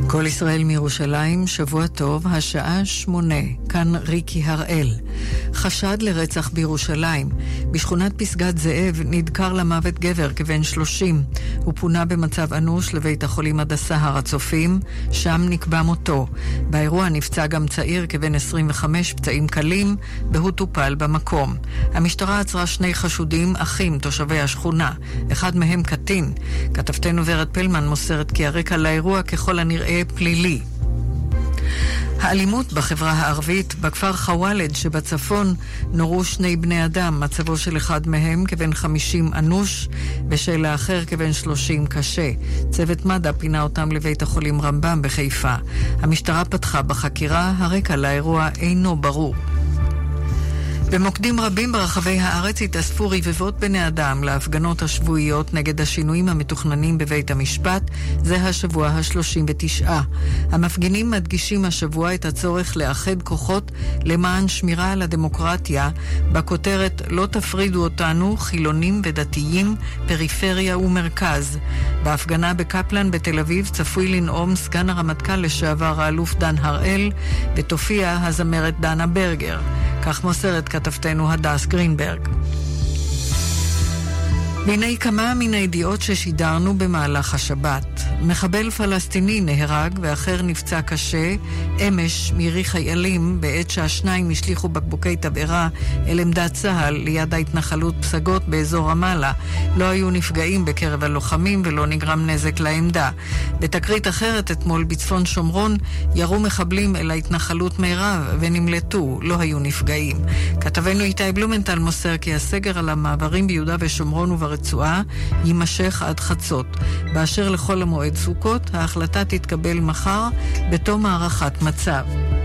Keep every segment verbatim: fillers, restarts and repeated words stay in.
כל ישראל מירושלים, שבוע טוב, השעה שמונה, כאן ריקי הראל. חשד לרצח בירושלים. בשכונת פסגת זאב נדקר למוות גבר כבן שלושים. הוא פונה במצב אנוש לבית החולים הדסה הר הצופים, שם נקבע מותו. באירוע נפצע גם צעיר כבן עשרים וחמש, פצעים קלים, והוא טופל במקום. המשטרה עצרה שני חשודים, אחים, תושבי השכונה. אחד מהם קטין. כתבתנו ורד פלמן מוסרת כי הרקע לאירוע ככל הנראה פלילי. האלימות בחברה הערבית, בכפר חוואלד שבצפון נורו שני בני אדם, מצבו של אחד מהם כבן חמישים אנוש ושל האחר כבן שלושים קשה. צוות מד"א פינה אותם לבית החולים רמב"ם בחיפה. המשטרה פתחה בחקירה, הרקע לאירוע אינו ברור. במוקדים רבים ברחבי הארץ התאספו רבבות בני אדם להפגנות השבועיות נגד השינויים המתוכננים בבית המשפט. זה השבוע ה-שלושים ותשע. המפגינים מדגישים השבוע את הצורך לאחד כוחות למען שמירה על הדמוקרטיה, בכותרת לא תפרידו אותנו, חילונים ודתיים, פריפריה ומרכז. בהפגנה בקפלן בתל אביב צפוי לנאום סגן הרמטכ"ל לשעבר האלוף דן הראל, ותופיע הזמרת דנה ברגר. כך מוסרת כתבתנו הדס גרינברג. והנה כמה מן הידיעות ששידרנו במהלך השבת. מחבל פלסטיני נהרג ואחר נפצע קשה אמש מירי חיילים בעת שהשניים השליחו בקבוקי תבערה אל עמדת צהל ליד ההתנחלות פסגות באזור רמאללה. לא היו נפגעים בקרב הלוחמים ולא נגרם נזק לעמדה. בתקרית אחרת אתמול בצפון שומרון ירו מחבלים אל ההתנחלות מירב ונמלטו, לא היו נפגעים. כתבנו איתי בלומנטל מוסר כי הסגר על המעברים ביהודה ושומרון וברצועה יימשך עד חצות. באשר לכל המועד סוכות, ההחלטה תתקבל מחר בתום הערכת מצב.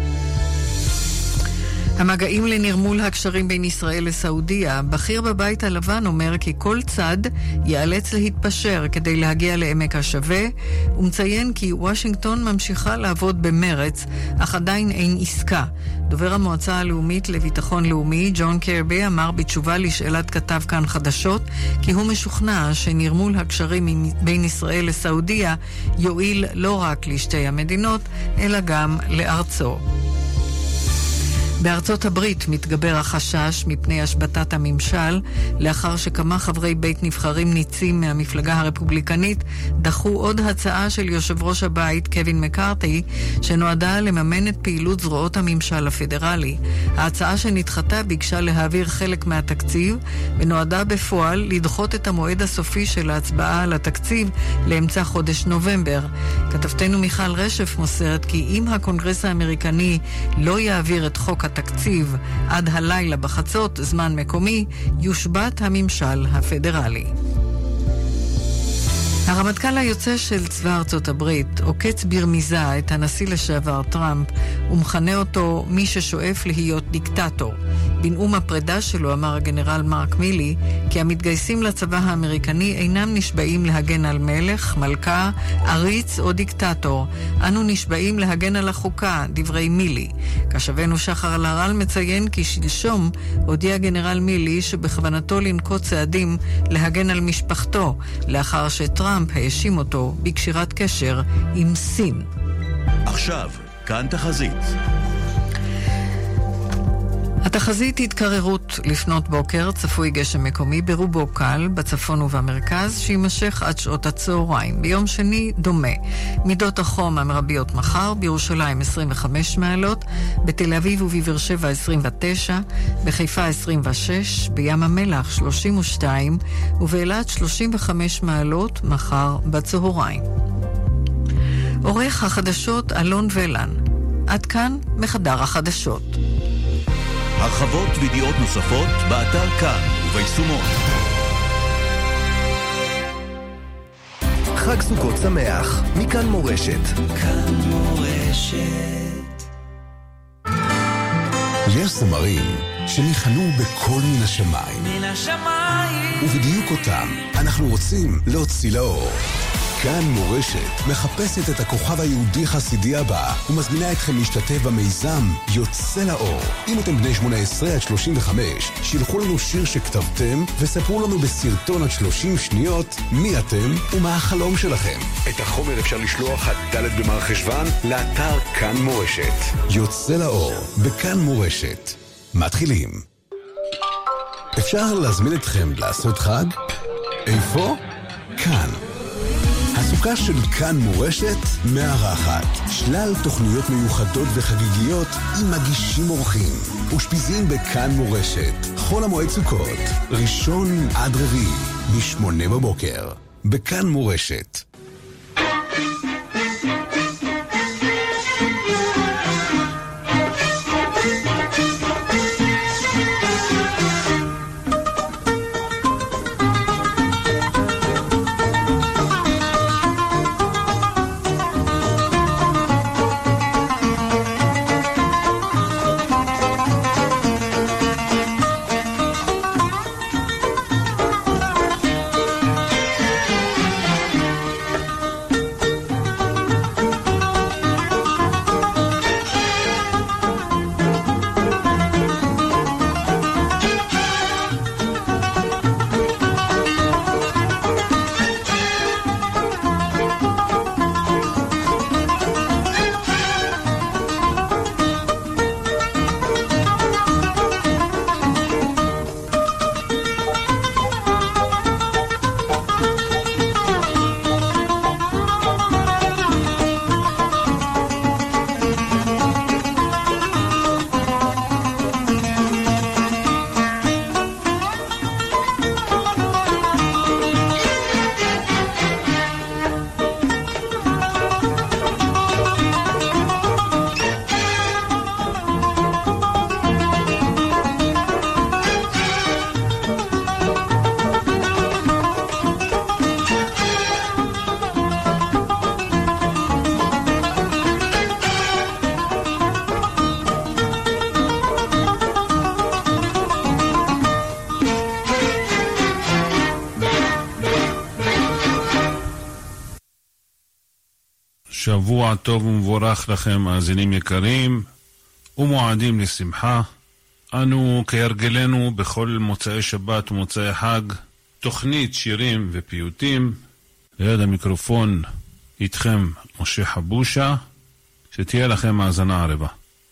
המגעים לנרמול הקשרים בין ישראל לסעודיה, בכיר בבית הלבן אומר כי כל צד ייאלץ להתפשר כדי להגיע לעמק השווה, ומציין כי וושינגטון ממשיכה לעבוד במרץ, אך עדיין אין עסקה. דובר המועצה הלאומית לביטחון לאומי, ג'ון קרבי, אמר בתשובה לשאלת כתב כאן חדשות, כי הוא משוכנע שנרמול הקשרים בין ישראל לסעודיה יועיל לא רק לשתי המדינות, אלא גם לארצו. בארצות הברית מתגבר החשש מפני השבתת הממשל, לאחר שכמה חברי בית נבחרים ניצים מהמפלגה הרפובליקנית דחו עוד הצעה של יושב ראש הבית קווין מקארתי, שנועדה לממן את פעילות זרועות הממשל הפדרלי. ההצעה שנדחתה ביקשה להעביר חלק מהתקציב, ונועדה בפועל לדחות את המועד הסופי של ההצבעה על התקציב לאמצע חודש נובמבר. כתבתנו מיכל רשף מוסרת כי אם הקונגרס האמריקני לא יעביר את חוק התקציב עד הלילה בחצות זמן מקומי, יושבת הממשל הפדרלי. הרמטכ"ל היוצא של צבא ארצות הברית עוקץ ברמיזה את הנשיא לשעבר טראמפ ומכנה אותו מי ששואף להיות דיקטטור. בנאום הפרידה שלו אמר הגנרל מרק מילי כי המתגייסים לצבא האמריקני אינם נשבעים להגן על מלך, מלכה, עריץ או דיקטטור. אנו נשבעים להגן על החוקה, דברי מילי. כשבנו שחר להרל מציין כי שלשום הודיע גנרל מילי שבכוונתו לנקוט צעדים להגן על משפחתו, לאחר שטראמפ האשים אותו בקשירת קשר עם סין. עכשיו, כאן תחזית. התחזית התקררות לפנות בוקר, צפוי גשם מקומי ברובו קל בצפון ובמרכז שימשך עד שעות הצהריים. ביום שני דומה. מידות החום המרביות מחר, בירושלים עשרים וחמש מעלות, בתל אביב ובבאר שבע עשרים ותשע, בחיפה עשרים ושש, בים המלח שלושים ושתיים ובאילת שלושים וחמש מעלות מחר בצהריים. עורך החדשות אלון ולן. עד כאן מחדר החדשות. הרחבות וידיעות נוספות באתר כאן וביישומון. חג סוכות שמח, מכאן מורשת. כאן מורשת. יש זמרים שניחנו בכל מן השמיים. מן השמיים. ובדיוק אותם אנחנו רוצים להוציא לאור. כאן מורשת מחפשת את הכוכב היהודי חסידי הבא ומזמינה אתכם להשתתף במיזם יוצא לאור. אם אתם בני שמונה עשרה עד שלושים וחמש, שילחו לנו שיר שכתבתם וספרו לנו בסרטון עד שלושים שניות מי אתם ומה החלום שלכם. את החומר אפשר לשלוח עד ד' במר חשוון לאתר כאן מורשת. יוצא לאור בכאן מורשת. מתחילים. אפשר להזמין אתכם לעשות חג? איפה? כאן. הסוכה של כאן מורשת מארחת שלל תוכניות מיוחדות וחגיגיות עם מגישים אורחים ושפיזים בכאן מורשת. חול המועד סוכות, ראשון עד רביעי בשמונה בבוקר בכאן מורשת. שבוע טוב ומבורך לכם מאזינים יקרים ומועדים לשמחה. אנו כהרגלנו בכל מוצאי שבת ומוצאי חג תוכנית שירים ופיוטים. ליד המיקרופון איתכם משה חבושה, שתהיה לכם האזנה ערבה.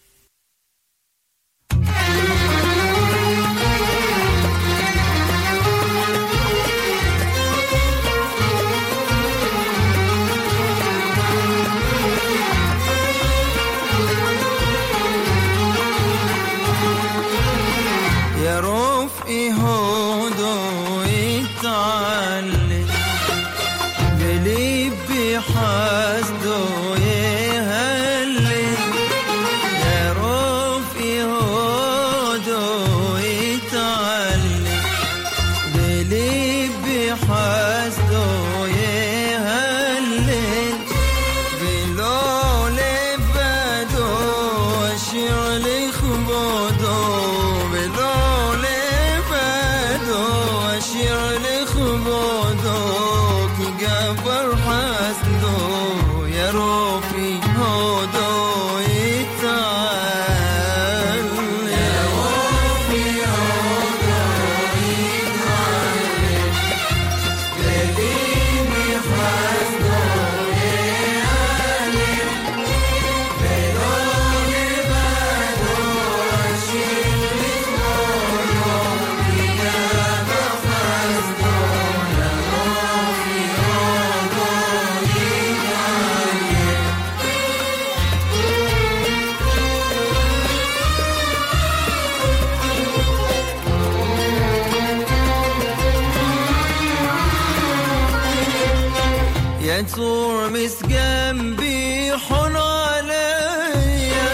ينصر مسجن بيحن عليا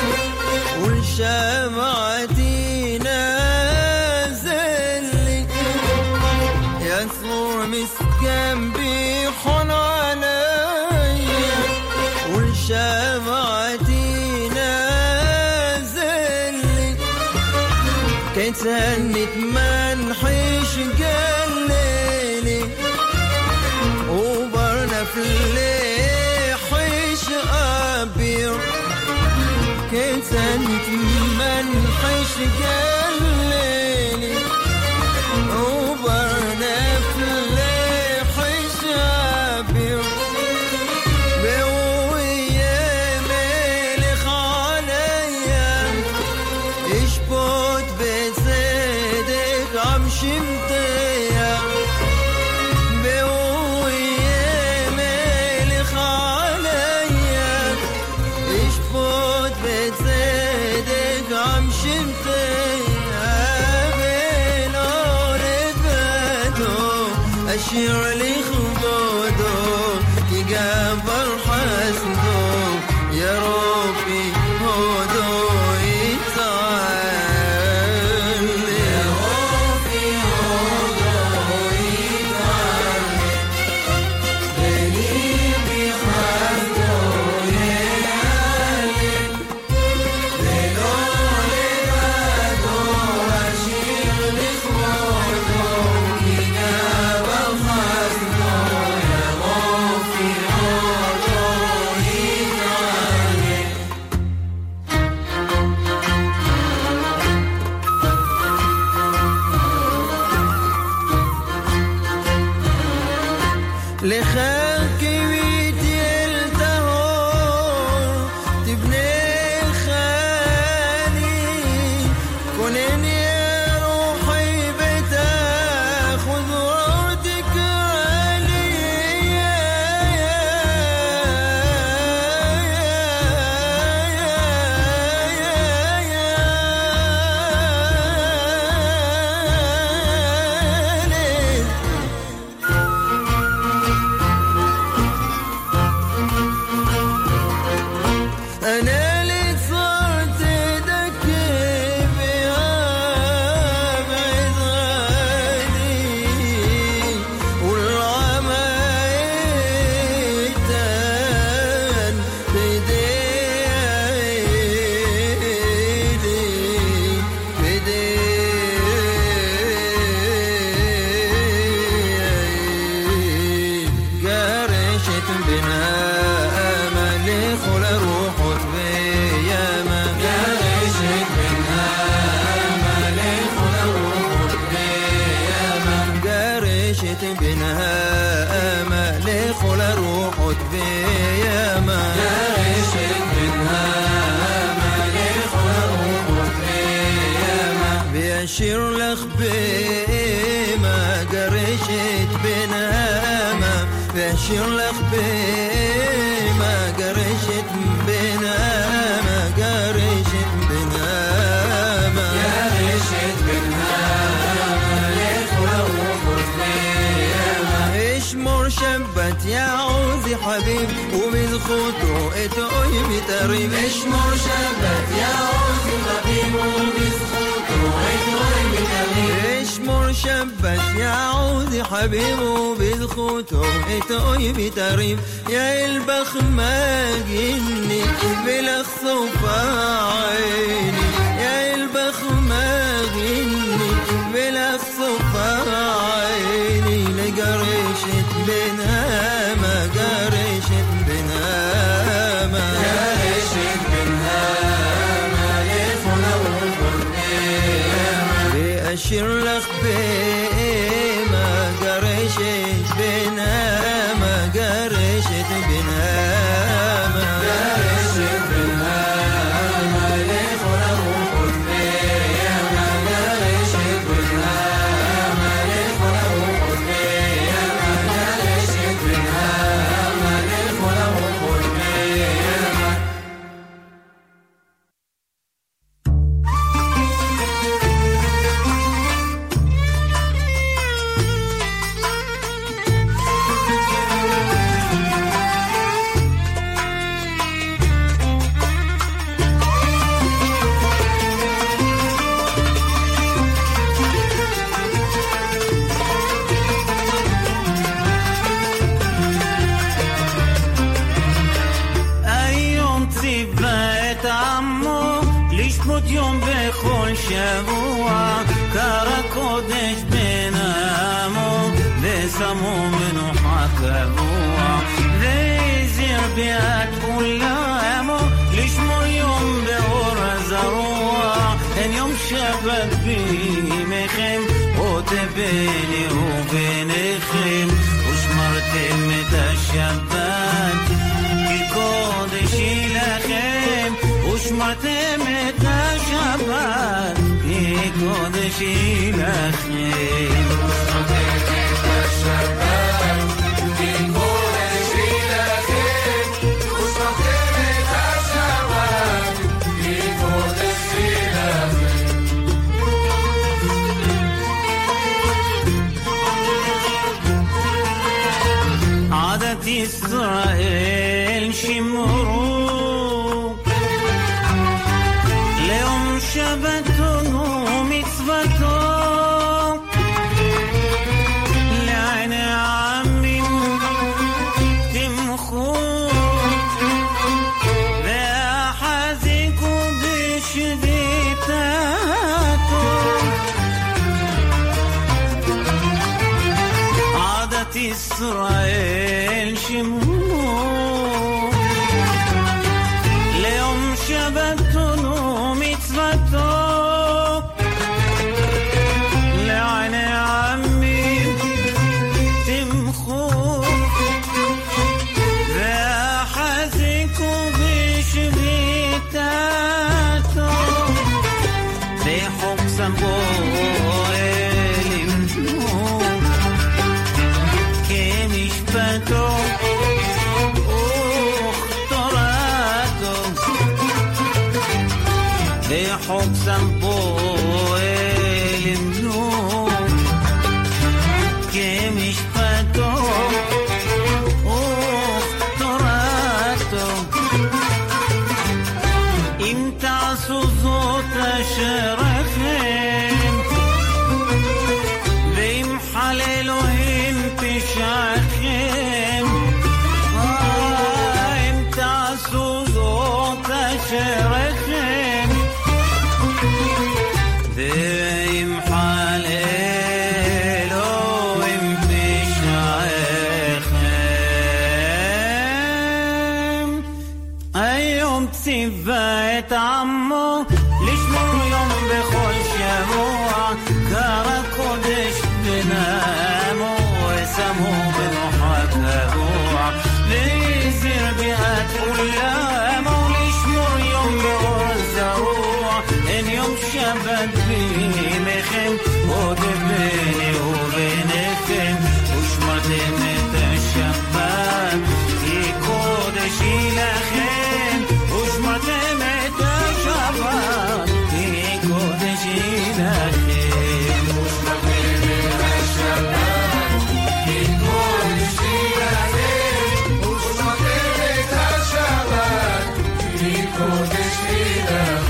والشمعتي نازلي. ينصر مسجن بيحن عليا والشمعتي نازلي. كانت سهنت منحش جليلي وبرنا في فليحش أبير كنت منحش قليلي وبرنا فليحش أبير بوية ملخ عليا اشبط بزيدك عم شمتيا بوية ملخ عليا اشبط بزيدك عم شمتيا بلون بدو أشير لي خبودو يقابل حسدو يا ربي هدو يتعال يا ربي هدو يتعال بني بخدو يعلم بلون بدو أشير لي خبودو يقابل حسدو يا ربي هدو يتعال لخاك ويديلته تبني خالي كونين يا روحي بتاخذ وردك علي أنا اللي صرت دكي بها بعيد غالي والعمايتان بديلي بديلي قارشت بناء ملك ولا روحك بياما قارشت بناء ملك ولا روحك بياما قارشت بناء ملك ولا روحك بياما قارشت بناء ملك ولا روحك بياما بيشير لك بيما قارشت بناما بيشير لك بيما قارشت بناما قارشت بناما قارشت بناما ليك وروحك بياما ايش مرشبت يا عوزي حبيب وبزخوته اتقوي بتريب ايش مرشبت يا عوزي حبيب وبزخوته اتقوي بتريب ايش مرشبت يا عوزي حبيب وبزخوته اتقوي بتريب يا البخ ما جني بلخصوف عيني يا البخ ما جني بلخصوف عيني لقرشت بناما قرشت بناما قرشت بناما لفنا وفرقيما بأشير لك بيما قرشت بناما قرشت بناما قرشت بناما لفنا وفرقيما قرشت بناما لفنا وفرقيما قرشت بناما لفنا وفرقيما יום בכל שבוע קרא קודש בן עמו ושמו מנוחה קבוע וזיר ביד כולמו לשמור יום באור הזרוע אין יום שבת בימיכם עוד ביני וביניכם ושמרתם את השבת כי קודש היא לכם ושמרתם את השבת כי קודש היא לכם ושמרתם את השבת כי קודש היא לכם ושמרתם את השבת כי קודש היא לכם עדת ישראל שמרו ליום שבתו ומצוותו לעיני העמים תמכו והחזיקו בשביתתו עדת ישראל שמרו ליום שבתו ומצוותו לעיני העמים תמכו והחזיקו בשביתתו בחוק סמכו למדו כמשפטו וכתורתו בחוק סמכו למדו כמשפטו וכתורתו אם תעשו זאת אשריכם ואם חללוהם פשעכם אם תעשו זאת אשריכם ואם חללוהם פשעכם היום ציווה את עמו לשמור יום בכל שבוע קרא קודש ונאמו ושמו בנוחה קבוע והזהיר ביד כולמו לשמור יום באור זרוע אין יום שבת בימיכם עוד ביני וביניכם ושמרתם את השבת כי קודש היא לכם ושמרתם את השבת כי קודש היא לכם ושמרתם את השבת כי קודש היא לכם ושמרתם את השבת כי קודש היא לכם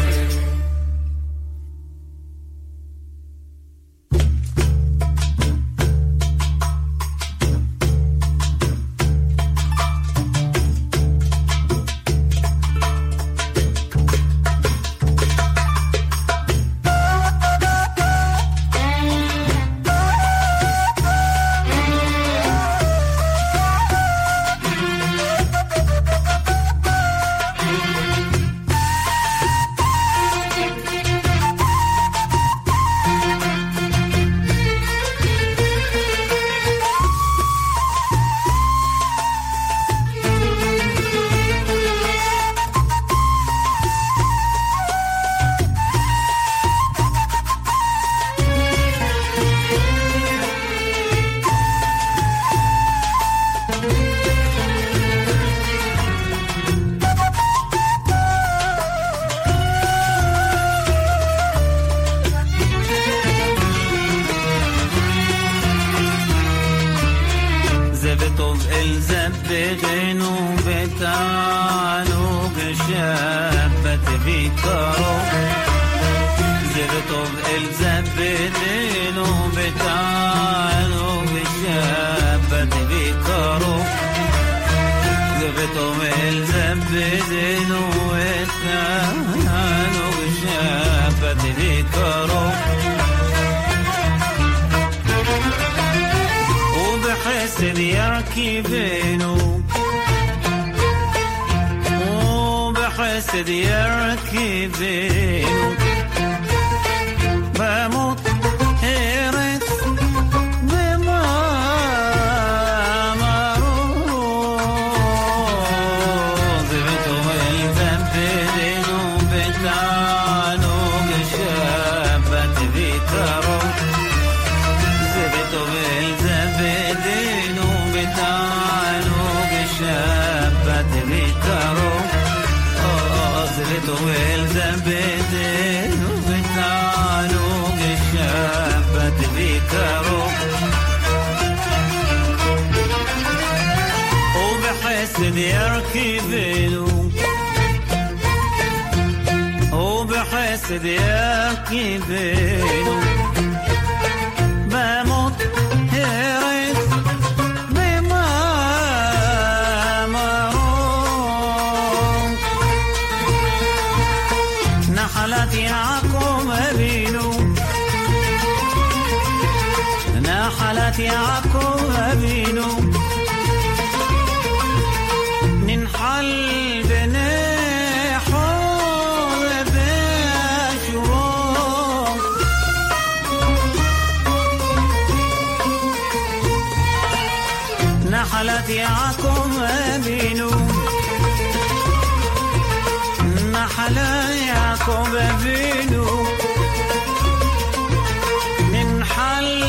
بدينو بتعالو كشابت بكرو زبطو بإلزاب بدينو بتعالو كشابت بكرو زبطو بإلزاب بدينو بتعالو كشابت بكرو وبحسن يركبينو כאבנו במות ארץ במאמרו זה וטובל זבדנו בתענוג שבת ויקרו זה וטובל זבדנו בתענוג שבת ויקרו זה וטובל זבדנו בתענוג שבת ויקרו ובחסד ירכיבנו ובחסד ירכיבנו במות ארץ במאמרו נחלת יעקב אבינו נחלת יעקב אבינו ננחל בנחול בשורו נחלת יעקב אבינו נחלת יעקב אבינו ננחל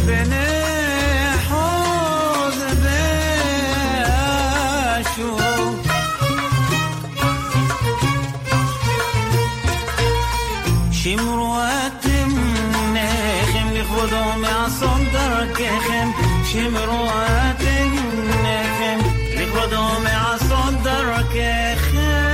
בנחוז באשור שמרו אתם פניכם לכבודו מעשות דרככם שמרו אתם פניכם לכבודו מעשות דרככם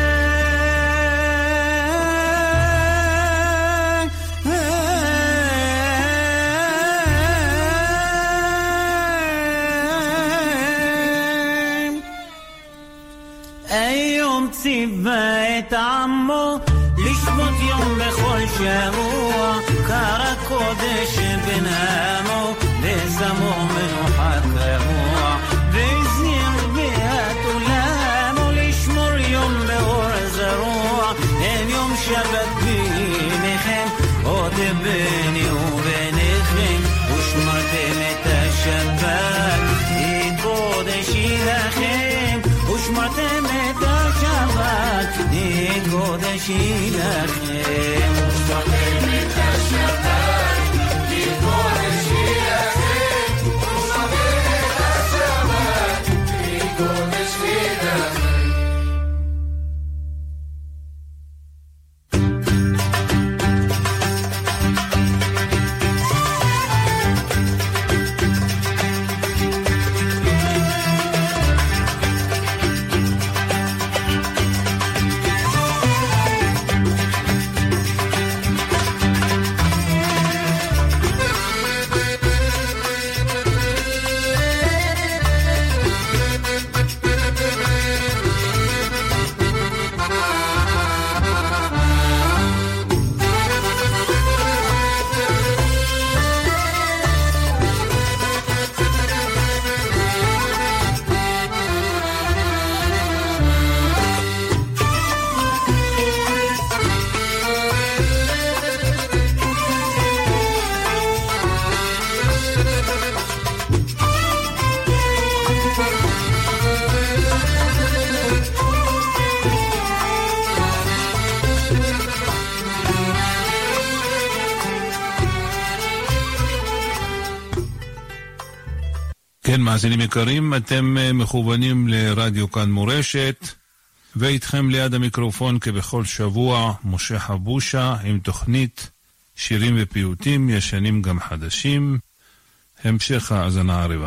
ציווה את עמו לשבות יום בכל שבוע קרא קודש בן עמו ושמו מנוחה קבוע והזהיר ביאת עולמו לשמור יום באור זרוע אין יום שבת ביניכם עוד בני וביניכם ושמרתם את השבת היא קודש לכם ושמרתם את השבת היא קודש לכם ושמרתם את השבת היא קודש לכם ושמרתם את השבת היא קודש לכם כן, מאזינים יקרים, אתם מכוונים לרדיו כאן מורשת, ואיתכם ליד המיקרופון כבכל שבוע משה חבושה עם תוכנית שירים ופיוטים ישנים גם חדשים. המשך האזנה ערבה.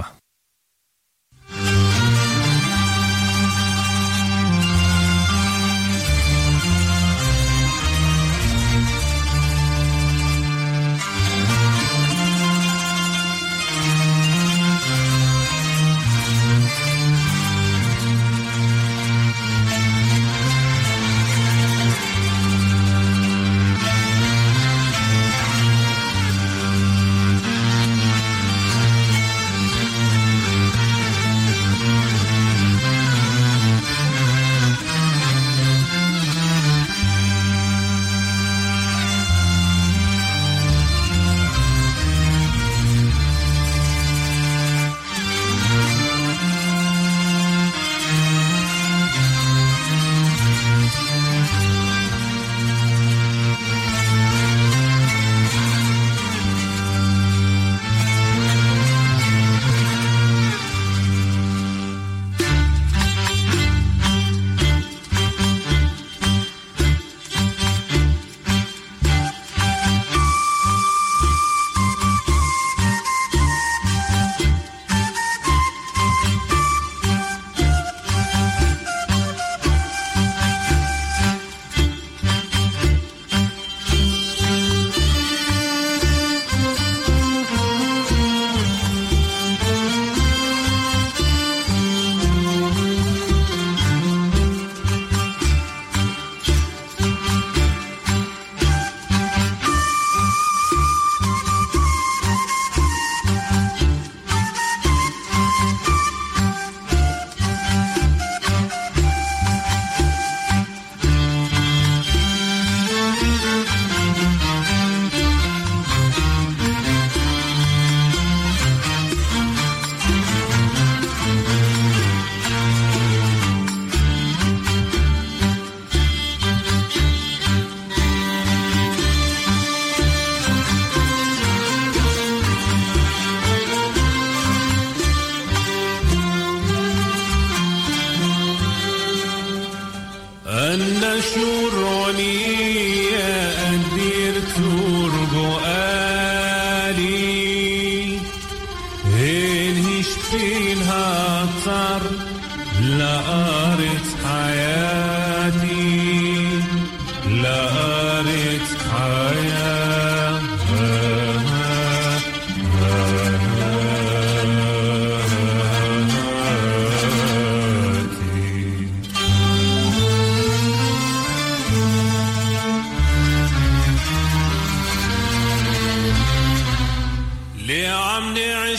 לעם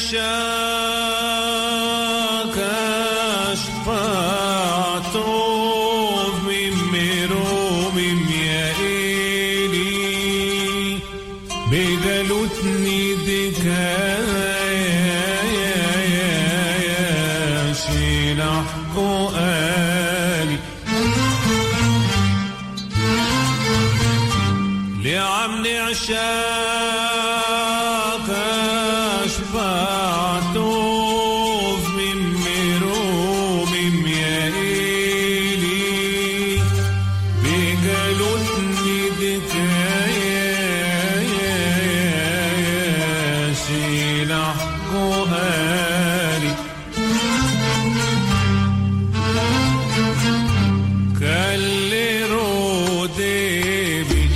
נעשק השפע טוב ממרום יעילי בגלות נדקה שילח כהני לעם נעשק השפע טוב ממרום יעילי בגלות נדקה שילח כהני כלרו דבי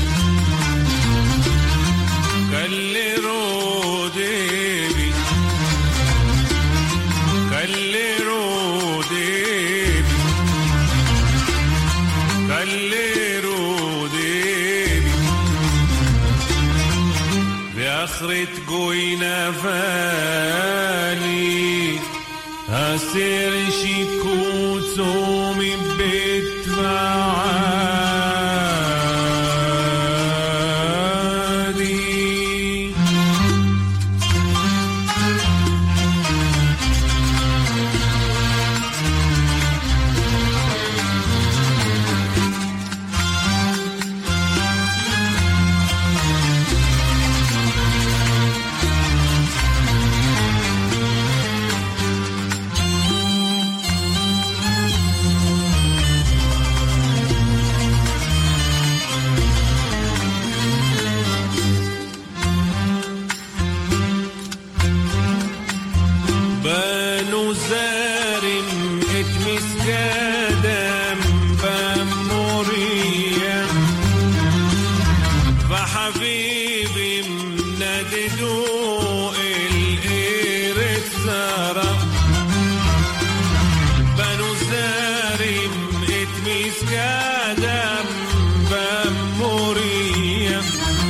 כלרו דבי כלרו דבי כלרו דבי ואחרית גוי נבלי הסר שיקוצו מבית ועדי בנו זרים את מסגדם במוריה וחביבים נדדו אל ארץ זרה בנו זרים את מסגדם במוריה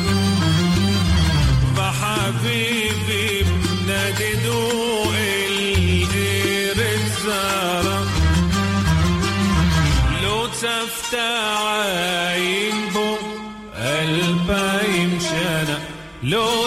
וחביבים נדדו אל ארץ זרה לא צפת עין בו אלפיים שנה לא